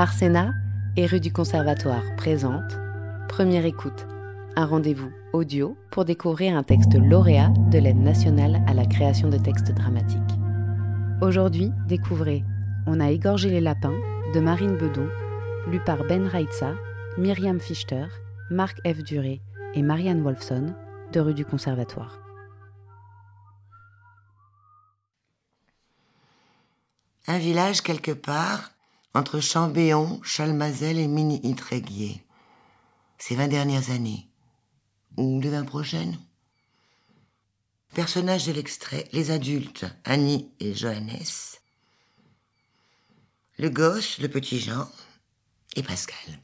Arsena et rue du Conservatoire présente Première écoute, un rendez-vous audio pour découvrir un texte lauréat de l'aide nationale à la création de textes dramatiques. Aujourd'hui, découvrez On a égorgé les lapins de Marine Bedon, lu par Ben Raitsa, Myriam Fichter, Marc F. Duré et Marianne Wolfson de rue du Conservatoire. Un village quelque part entre Chambéon, Chalmazel et Mini-Ytréguier. Ces 20 dernières années. Ou les 20 prochaines. Personnages de l'extrait, les adultes, Annie et Johannes. Le gosse, le petit Jean et Pascal.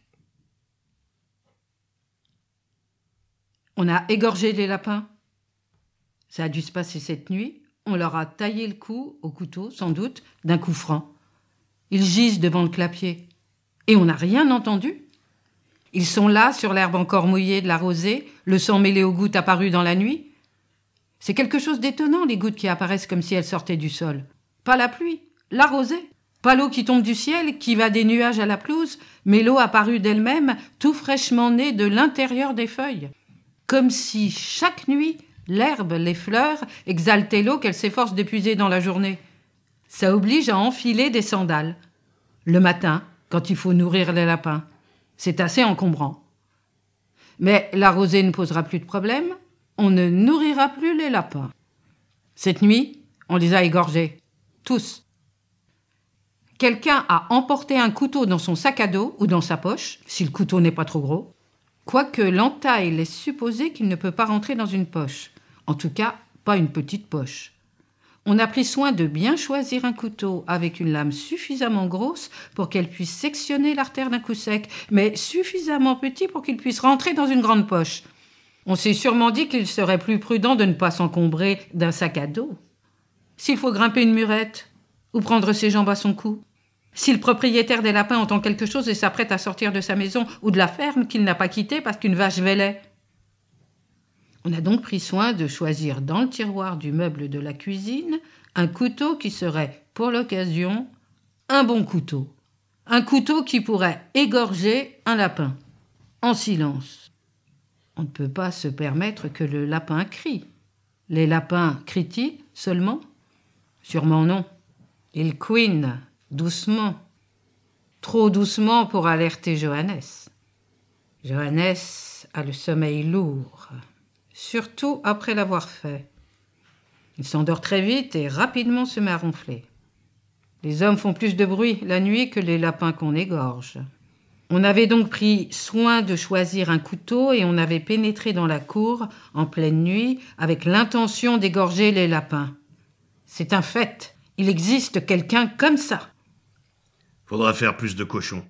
On a égorgé les lapins. Ça a dû se passer cette nuit. On leur a taillé le cou au couteau, sans doute, d'un coup franc. Ils gisent devant le clapier. Et on n'a rien entendu. Ils sont là, sur l'herbe encore mouillée de la rosée, le sang mêlé aux gouttes apparu dans la nuit. C'est quelque chose d'étonnant, les gouttes qui apparaissent comme si elles sortaient du sol. Pas la pluie, la rosée. Pas l'eau qui tombe du ciel, qui va des nuages à la pelouse, mais l'eau apparue d'elle-même, tout fraîchement née de l'intérieur des feuilles. Comme si, chaque nuit, l'herbe, les fleurs, exaltaient l'eau qu'elles s'efforcent d'épuiser dans la journée. Ça oblige à enfiler des sandales. Le matin, quand il faut nourrir les lapins. C'est assez encombrant. Mais la rosée ne posera plus de problème. On ne nourrira plus les lapins. Cette nuit, on les a égorgés. Tous. Quelqu'un a emporté un couteau dans son sac à dos ou dans sa poche, si le couteau n'est pas trop gros. Quoique l'entaille laisse supposer qu'il ne peut pas rentrer dans une poche. En tout cas, pas une petite poche. On a pris soin de bien choisir un couteau avec une lame suffisamment grosse pour qu'elle puisse sectionner l'artère d'un coup sec, mais suffisamment petit pour qu'il puisse rentrer dans une grande poche. On s'est sûrement dit qu'il serait plus prudent de ne pas s'encombrer d'un sac à dos. S'il faut grimper une murette ou prendre ses jambes à son cou, si le propriétaire des lapins entend quelque chose et s'apprête à sortir de sa maison ou de la ferme qu'il n'a pas quittée parce qu'une vache vélait. On a donc pris soin de choisir dans le tiroir du meuble de la cuisine un couteau qui serait, pour l'occasion, un bon couteau. Un couteau qui pourrait égorger un lapin, en silence. On ne peut pas se permettre que le lapin crie. Les lapins crient-ils seulement ? Sûrement non. Ils couinent doucement. Trop doucement pour alerter Johannes. Johannes a le sommeil lourd. Surtout après l'avoir fait. Il s'endort très vite et rapidement se met à ronfler. Les hommes font plus de bruit la nuit que les lapins qu'on égorge. On avait donc pris soin de choisir un couteau et on avait pénétré dans la cour en pleine nuit avec l'intention d'égorger les lapins. C'est un fait. Il existe quelqu'un comme ça. Faudra faire plus de cochons.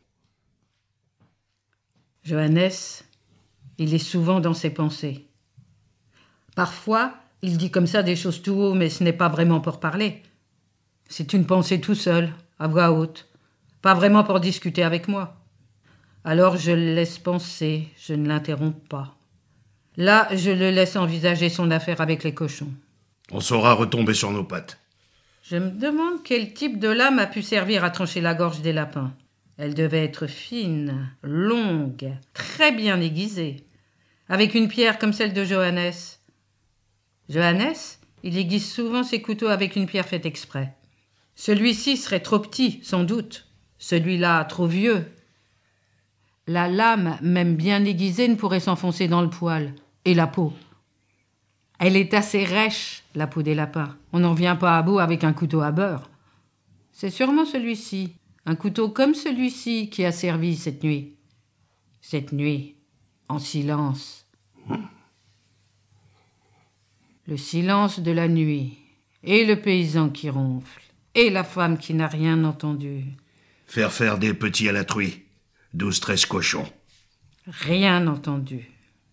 Johannes, il est souvent dans ses pensées. Parfois, il dit comme ça des choses tout haut, mais ce n'est pas vraiment pour parler. C'est une pensée tout seul, à voix haute. Pas vraiment pour discuter avec moi. Alors je le laisse penser, je ne l'interromps pas. Là, je le laisse envisager son affaire avec les cochons. On saura retomber sur nos pattes. Je me demande quel type de lame a pu servir à trancher la gorge des lapins. Elle devait être fine, longue, très bien aiguisée, avec une pierre comme celle de Johannes. Johannes, il aiguise souvent ses couteaux avec une pierre faite exprès. Celui-ci serait trop petit, sans doute. Celui-là, trop vieux. La lame, même bien aiguisée, ne pourrait s'enfoncer dans le poil. Et la peau. Elle est assez rêche, la peau des lapins. On n'en vient pas à bout avec un couteau à beurre. C'est sûrement celui-ci, un couteau comme celui-ci, qui a servi cette nuit. Cette nuit, en silence. Le silence de la nuit, et le paysan qui ronfle, et la femme qui n'a rien entendu. Faire des petits à la truie. 12-13 cochons. Rien entendu.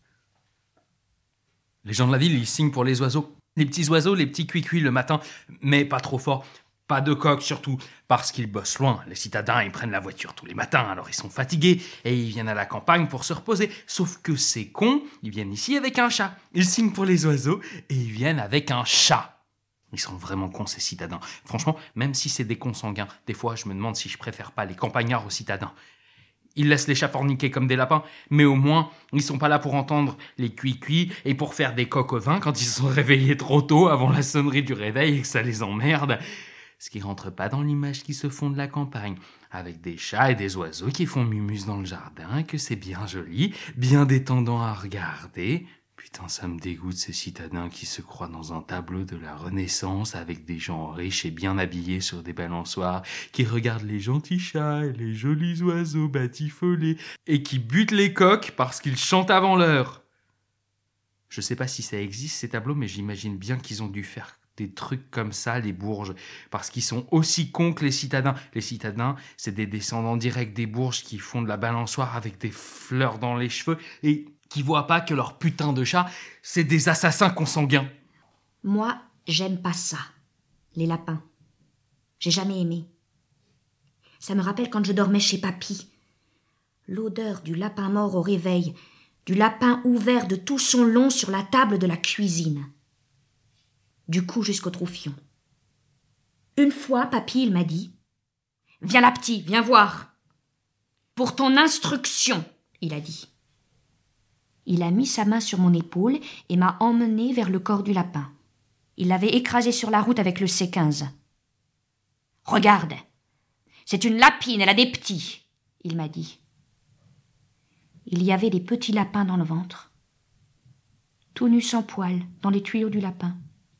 Les gens de la ville, ils signent pour les oiseaux. Les petits oiseaux, les petits cuicuis le matin, mais pas trop fort. Pas de coq surtout, parce qu'ils bossent loin. Les citadins, ils prennent la voiture tous les matins, alors ils sont fatigués, et ils viennent à la campagne pour se reposer. Sauf que ces cons, ils viennent ici avec un chat. Ils signent pour les oiseaux, et ils viennent avec un chat. Ils sont vraiment cons, ces citadins. Franchement, même si c'est des consanguins, des fois, je me demande si je préfère pas les campagnards aux citadins. Ils laissent les chats forniquer comme des lapins, mais au moins, ils sont pas là pour entendre les cuits-cuits et pour faire des coques au vin quand ils sont réveillés trop tôt avant la sonnerie du réveil et que ça les emmerde. Ce qui rentre pas dans l'image qui se font de la campagne, avec des chats et des oiseaux qui font mumus dans le jardin, que c'est bien joli, bien détendant à regarder. Putain, ça me dégoûte ces citadins qui se croient dans un tableau de la Renaissance avec des gens riches et bien habillés sur des balançoires, qui regardent les gentils chats et les jolis oiseaux batifolés et qui butent les coqs parce qu'ils chantent avant l'heure. Je sais pas si ça existe ces tableaux, mais j'imagine bien qu'ils ont dû faire des trucs comme ça, les Bourges, parce qu'ils sont aussi cons que les citadins. Les citadins, c'est des descendants directs des Bourges qui font de la balançoire avec des fleurs dans les cheveux et qui voient pas que leurs putains de chats, c'est des assassins consanguins. Moi, j'aime pas ça, les lapins. J'ai jamais aimé. Ça me rappelle quand je dormais chez papy. L'odeur du lapin mort au réveil, du lapin ouvert de tout son long sur la table de la cuisine. Du cou jusqu'au troufion. Une fois, papy, il m'a dit « Viens là, petit, viens voir. Pour ton instruction, il a dit. » Il a mis sa main sur mon épaule et m'a emmené vers le corps du lapin. Il l'avait écrasé sur la route avec le C15. « Regarde, c'est une lapine, elle a des petits, » il m'a dit. Il y avait des petits lapins dans le ventre, tout nus sans poils, dans les tuyaux du lapin.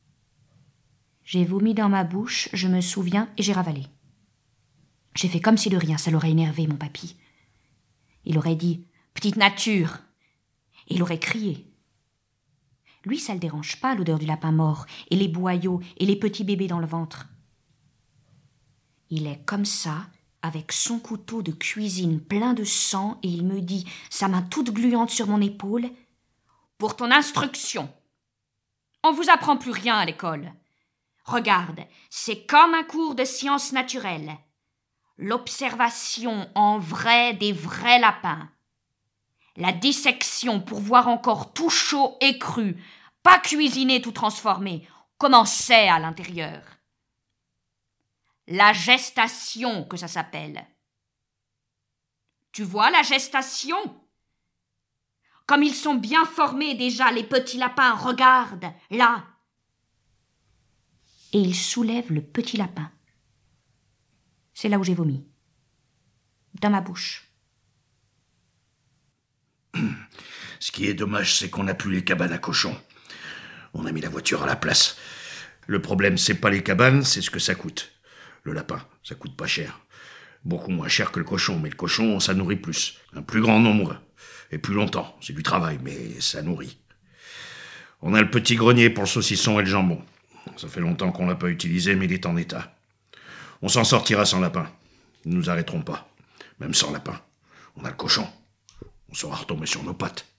J'ai vomi dans ma bouche, je me souviens, et j'ai ravalé. J'ai fait comme si de rien, ça l'aurait énervé, mon papy. Il aurait dit « Petite nature !» et il aurait crié. Lui, ça le dérange pas, l'odeur du lapin mort, et les boyaux, et les petits bébés dans le ventre. Il est comme ça, avec son couteau de cuisine plein de sang, et il me dit, sa main toute gluante sur mon épaule, « Pour ton instruction, on vous apprend plus rien à l'école. Regarde, c'est comme un cours de sciences naturelles. L'observation en vrai des vrais lapins. La dissection pour voir encore tout chaud et cru, pas cuisiné tout transformé, comment c'est à l'intérieur. La gestation, que ça s'appelle. Tu vois la gestation? Comme ils sont bien formés déjà, les petits lapins, regarde, là. » Et il soulève le petit lapin. C'est là où j'ai vomi. Dans ma bouche. Ce qui est dommage, c'est qu'on n'a plus les cabanes à cochons. On a mis la voiture à la place. Le problème, c'est pas les cabanes, c'est ce que ça coûte. Le lapin, ça coûte pas cher. Beaucoup moins cher que le cochon, mais le cochon, ça nourrit plus. Un plus grand nombre. Et plus longtemps. C'est du travail, mais ça nourrit. On a le petit grenier pour le saucisson et le jambon. Ça fait longtemps qu'on l'a pas utilisé, mais il est en état. On s'en sortira sans lapin. Ils ne nous arrêteront pas. Même sans lapin. On a le cochon. On saura retomber sur nos pattes.